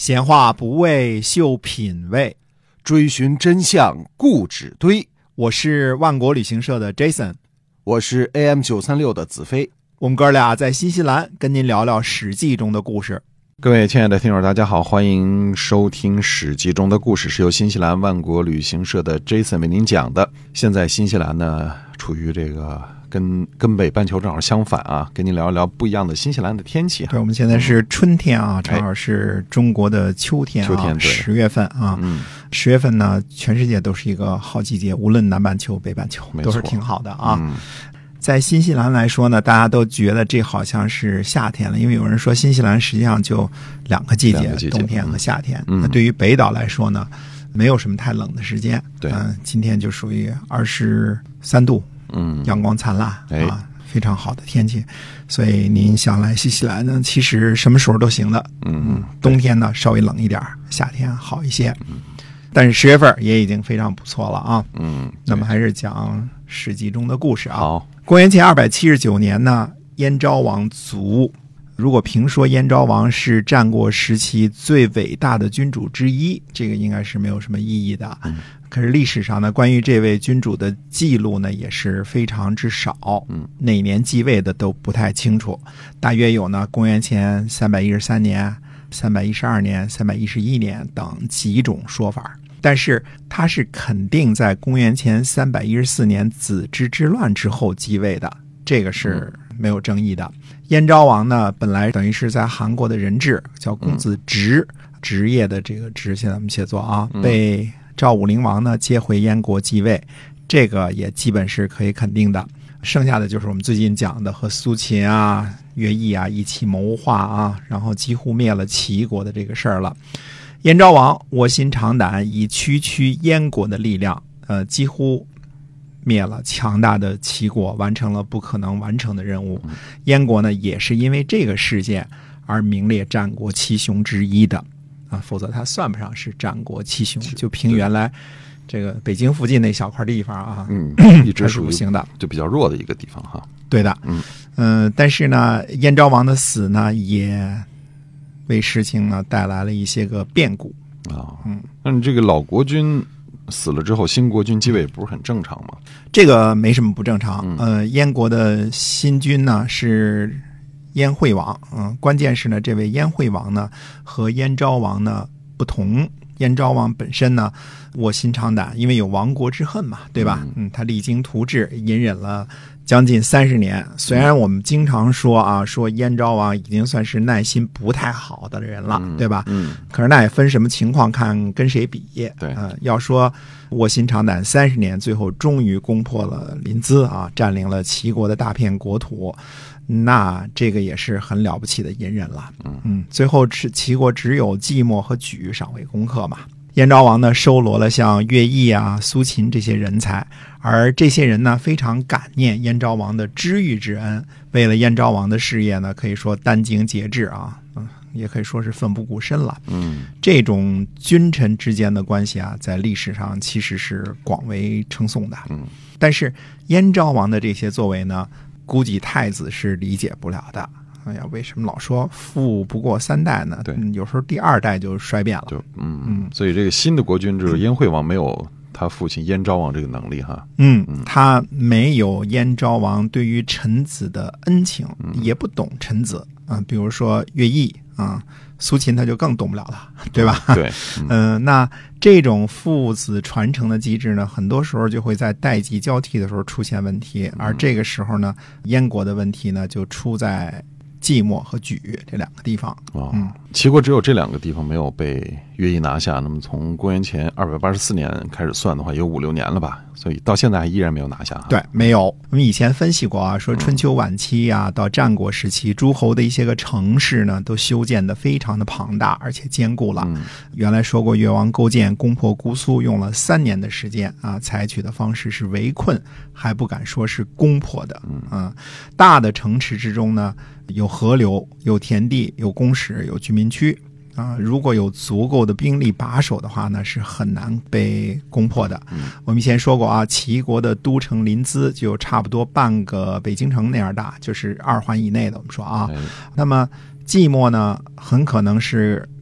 闲话不为秀品味， 追寻真相固执堆。 我是万国旅行社的 Jason， 我是 AM936 的子飞。 我们哥俩在新西兰跟您聊聊史记中的故事。 各位亲爱的听友大家好，欢迎收听史记中的故事，是由新西兰万国旅行社的 Jason 为您讲的。现在新西兰呢处于这个跟北半球正好相反啊，跟您聊一聊不一样的新西兰的天气。 对，我们现在是春天啊，正好是中国的秋天啊， 秋天 10月份啊。10月份呢，全世界都是一个好季节，无论南半球北半球都是挺好的啊。在新西兰来说呢，大家都觉得这好像是夏天了，因为有人说新西兰实际上就两个季节，冬天和夏天。那对于北岛来说呢，没有什么太冷的时间。对，今天就属于23度，阳光灿烂啊，非常好的天气。所以您想来新西兰呢，其实什么时候都行的。冬天呢稍微冷一点，夏天好一些。但是10月份也已经非常不错了啊。那么还是讲史记中的故事啊。好，公元前279年呢，燕昭王卒。如果评说燕昭王是战国时期最伟大的君主之一，这个应该是没有什么意义的。可是历史上呢，关于这位君主的记录呢，也是非常之少。哪年继位的都不太清楚，大约有呢公元前313年、312年、311年等几种说法。但是他是肯定在公元前314年子之之乱之后继位的，这个是没有争议的。燕昭王呢，本来等于是在韩国的人质，叫公子职，职业的这个职现在我们写作啊，被赵武灵王呢接回燕国继位，这个也基本是可以肯定的。剩下的就是我们最近讲的和苏秦啊、乐毅啊一起谋划啊，然后几乎灭了齐国的这个事儿了。燕昭王卧薪尝胆，以区燕国的力量，几乎灭了强大的齐国，完成了不可能完成的任务。燕国呢，也是因为这个事件而名列战国七雄之一的啊，否则他算不上是战国七雄。就凭原来这个北京附近那小块地方啊， 一直属于不行的， 就比较弱的一个地方哈。 对的，但是呢，燕昭王的死呢，也为事情呢带来了一些个变故啊。 那你这个老国君死了之后，新国君继位不是很正常吗？ 这个没什么不正常。燕国的新君呢是燕惠王，关键是呢，这位燕惠王呢和燕昭王呢不同。燕昭王本身呢卧薪尝胆，因为有亡国之恨嘛，对吧？他励精图治，隐忍了将近30年。虽然我们经常说啊，说燕昭王已经算是耐心不太好的人了，对吧？可是那也分什么情况，看跟谁比。对，要说卧薪尝胆30年，最后终于攻破了临淄啊，占领了齐国的大片国土，那这个也是很了不起的隐忍了。最后齐国只有寂寞和莒尚未攻克嘛。燕昭王呢收罗了像乐毅啊、苏秦这些人才，而这些人呢非常感念燕昭王的知遇之恩，为了燕昭王的事业呢，可以说殚精竭智啊，也可以说是奋不顾身了。这种君臣之间的关系啊，在历史上其实是广为称颂的。但是燕昭王的这些作为呢，估计太子是理解不了的。哎呀，为什么老说富不过3代呢？对，有时候第2代就衰变了。 所以这个新的国君就是燕惠王没有他父亲燕昭王这个能力哈。 他没有燕昭王对于臣子的恩情，也不懂臣子啊。比如说乐毅啊，苏秦他就更懂不了了，对吧？对。那这种父子传承的机制呢，很多时候就会在代际交替的时候出现问题，而这个时候呢，燕国的问题呢就出在寂寞和莒这2个地方。齐国只有这2个地方没有被乐毅拿下，那么从公元前284年开始算的话，也有5-6年了吧，所以到现在还依然没有拿下。 对，没有。我们以前分析过啊，说春秋晚期啊到战国时期，诸侯的一些个城市呢都修建得非常的庞大而且坚固了。原来说过越王勾践攻破姑苏用了3年的时间啊，采取的方式是围困，还不敢说是攻破的。大的城池之中呢，有河流、有田地、有工室、有居民区啊，如果有足够的兵力把守的话呢，是很难被攻破的。我们以前说过啊，齐国的都城临淄就差不多半个北京城那样大，就是2环以内的。我们说啊，那么寂寞呢，很可能是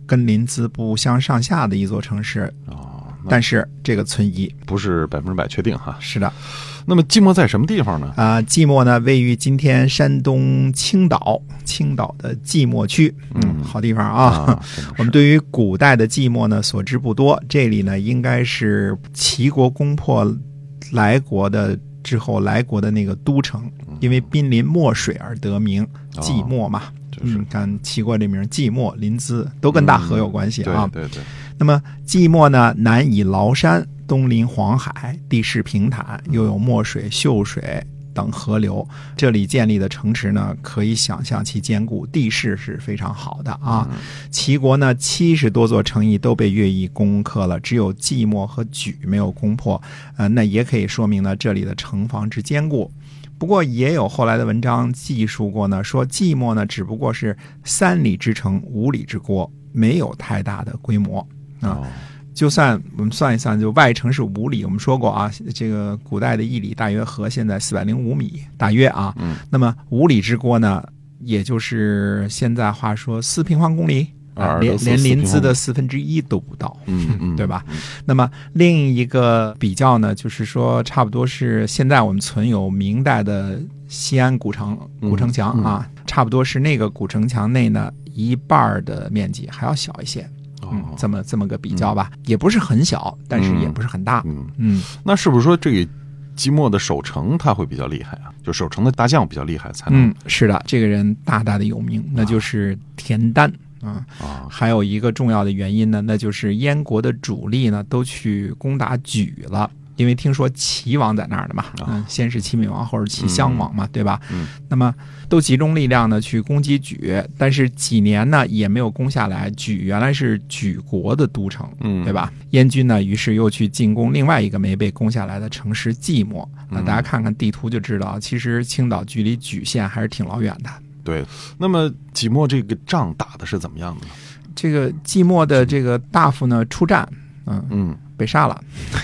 跟临淄不相上下的一座城市。但是这个存疑， 不是100%确定哈。 是的。 那么即墨在什么地方呢？ 即墨呢位于今天山东青岛的即墨区。好地方啊。我们对于古代的即墨呢所知不多，这里呢应该是齐国攻破莱国的之后莱国的那个都城，因为濒临墨水而得名即墨嘛。看齐国这名即墨、临淄都跟大河有关系啊。 对。 那么即墨呢，南倚崂山，东临黄海，地势平坦，又有墨水、秀水等河流。这里建立的城池呢，可以想象其坚固，地势是非常好的啊。齐国呢70多座城邑都被乐毅攻克了，只有即墨和莒没有攻破。那也可以说明呢，这里的城防之坚固。不过也有后来的文章记述过呢，说即墨呢只不过是3里之城5里之国，没有太大的规模啊。就算我们算一算，就外城是5里，我们说过啊，这个古代的1里大约和现在405米大约啊。那么5里之国呢，也就是现在话说4平方公里。连临淄的1/4都不到，对吧？那么另一个比较呢，就是说差不多是现在我们存有明代的西安古城墙啊，差不多是那个古城墙内呢1半的面积还要小一些。这么个比较吧，也不是很小，但是也不是很大。 那是不是说这个即墨的守城他会比较厉害啊？就守城的大将比较厉害才能？ 是的，这个人大大的有名，那就是田丹。还有一个重要的原因呢，那就是燕国的主力呢都去攻打莒了，因为听说齐王在那儿的嘛，先是齐闵王，后是齐襄王嘛，对吧？那么都集中力量呢去攻击莒，但是几年呢也没有攻下来。莒原来是莒国的都城，对吧？燕军呢于是又去进攻另外一个没被攻下来的城市即墨。那大家看看地图就知道，其实青岛距离莒县还是挺老远的。 对，那么即墨这个仗打的是怎么样的呢？ 这个即墨的这个大夫呢出战，被杀了。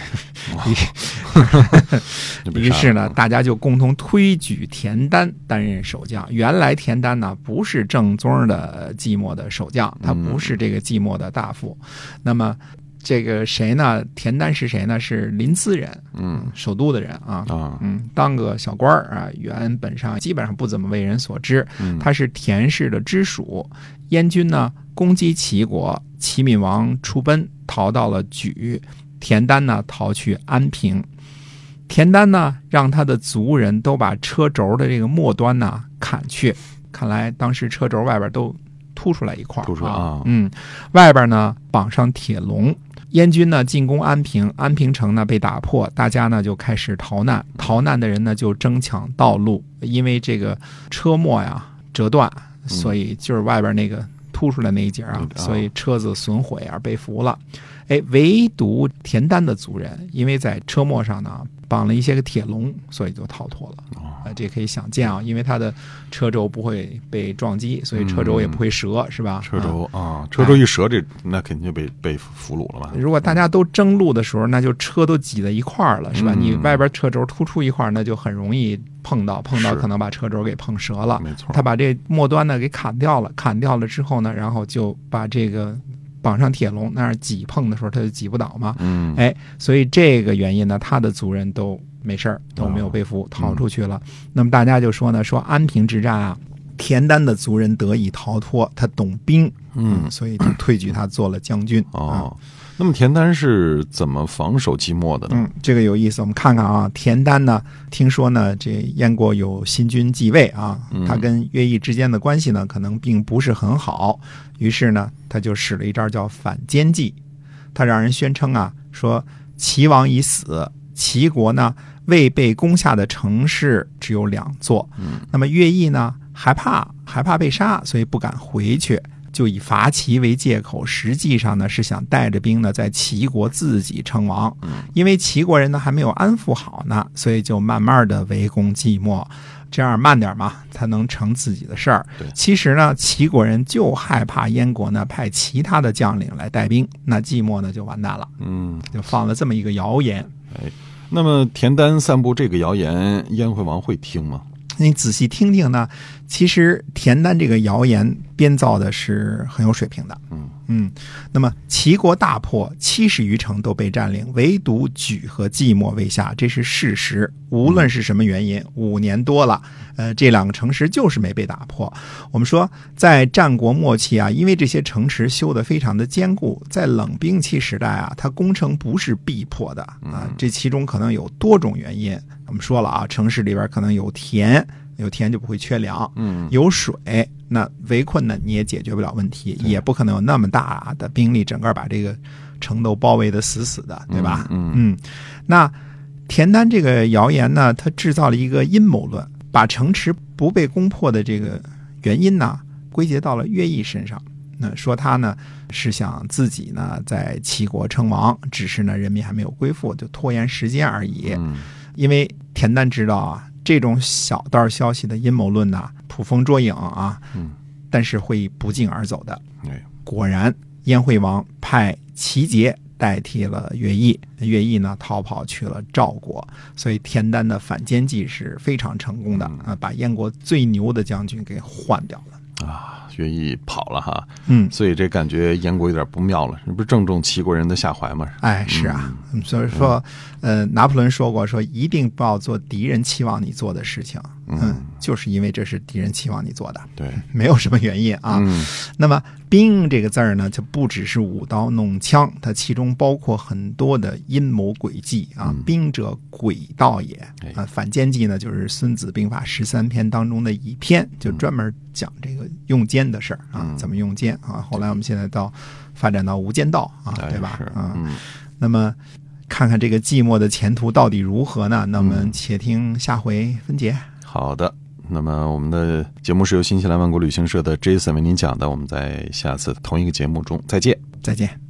于是呢，大家就共同推举田丹担任守将。原来田丹呢不是正宗的即墨的守将，他不是这个即墨的大夫。那么这个谁呢？田丹是谁呢？是临淄人，首都的人啊，当个小官啊，原本上基本上不怎么为人所知。他是田氏的支属。燕军呢攻击齐国，齐闵王出奔，逃到了莒。田丹呢逃去安平。田丹呢让他的族人都把车轴的这个末端呢砍去，看来当时车轴外边都凸出来一块啊，外边呢绑上铁笼。燕军呢进攻安平，安平城呢被打破，大家呢就开始逃难。逃难的人呢就争抢道路，因为这个车末呀折断，所以就是外边那个凸出来那一节啊，所以车子损毁而被俘了。唯独田丹的族人，因为在车末上呢绑了一些个铁笼，所以就逃脱了。这可以想见啊，因为它的车轴不会被撞击，所以车轴也不会折，是吧？ 车轴一折，那肯定就被俘虏了吧？ 如果大家都争路的时候，那就车都挤在一块儿了，是吧？你外边车轴突出一块，那就很容易碰到可能把车轴给碰折了。 没错， 他把这末端呢给砍掉了之后呢，然后就把这个绑上铁笼，那儿挤碰的时候他就挤不倒嘛。所以这个原因呢，他的族人都没事儿，都没有被俘，逃出去了。那么大家就说呢，说安平之战啊，田丹的族人得以逃脱，他懂兵，所以就推举他做了将军。 那么田丹是怎么防守即墨的呢？ 这个有意思，我们看看啊。田丹呢，听说呢，这燕国有新君继位啊，他跟乐毅之间的关系呢，可能并不是很好。于是呢，他就使了一招叫反间计。他让人宣称啊，说齐王已死，齐国呢未被攻下的城市只有2座。那么乐毅呢，害怕被杀，所以不敢回去。就以伐齐为借口，实际上呢是想带着兵呢在齐国自己称王。因为齐国人呢还没有安抚好呢，所以就慢慢的围攻即墨，这样慢点嘛，才能成自己的事儿。其实呢，齐国人就害怕燕国呢派其他的将领来带兵，那即墨呢就完蛋了。就放了这么一个谣言。 那么田丹散布这个谣言，燕惠王会听吗？ 你仔细听听呢，其实田丹这个谣言编造的是很有水平的。 那么齐国大破，70余城都被占领，唯独莒和寂寞未下，这是事实。无论是什么原因，5年多了，这2个城池就是没被打破。我们说，在战国末期啊，因为这些城池修得非常的坚固，在冷兵器时代啊，它攻城不是逼迫的啊，这其中可能有多种原因。我们说了啊，城市里边可能有田就不会缺粮，有水，那围困呢你也解决不了问题，也不可能有那么大的兵力整个把这个城都包围的死死的，对吧？那田单这个谣言呢，它制造了一个阴谋论，把城池不被攻破的这个原因呢归结到了乐毅身上。那说他呢是想自己呢在齐国称王，只是呢人民还没有归附，就拖延时间而已。因为田单知道啊，这种小道消息的阴谋论呢，捕风捉影啊，但是会不胫而走的。果然，燕惠王派齐节代替了乐毅，乐毅呢逃跑去了赵国，所以田单的反间计是非常成功的啊，把燕国最牛的将军给换掉了啊。乐毅跑了哈，所以这感觉燕国有点不妙了，这不是正中齐国人的下怀吗？ 是啊，所以说，拿破仑说过，说一定不要做敌人期望你做的事情，就是因为这是敌人期望你做的， 对， 没有什么原因啊。那么兵这个字儿呢，就不只是舞刀弄枪，它其中包括很多的阴谋诡计啊。兵者诡道也啊，反间计呢，就是《孙子兵法》13篇当中的一篇，就专门讲这个用奸的事儿啊，怎么用奸啊。后来我们现在发展到无间道啊，对吧？那么看看这个寂寞的前途到底如何呢？那我们且听下回分解。 好的，那么我们的节目是由新西兰万国旅行社的 Jason 为您讲的，我们在下次同一个节目中再见。 再见。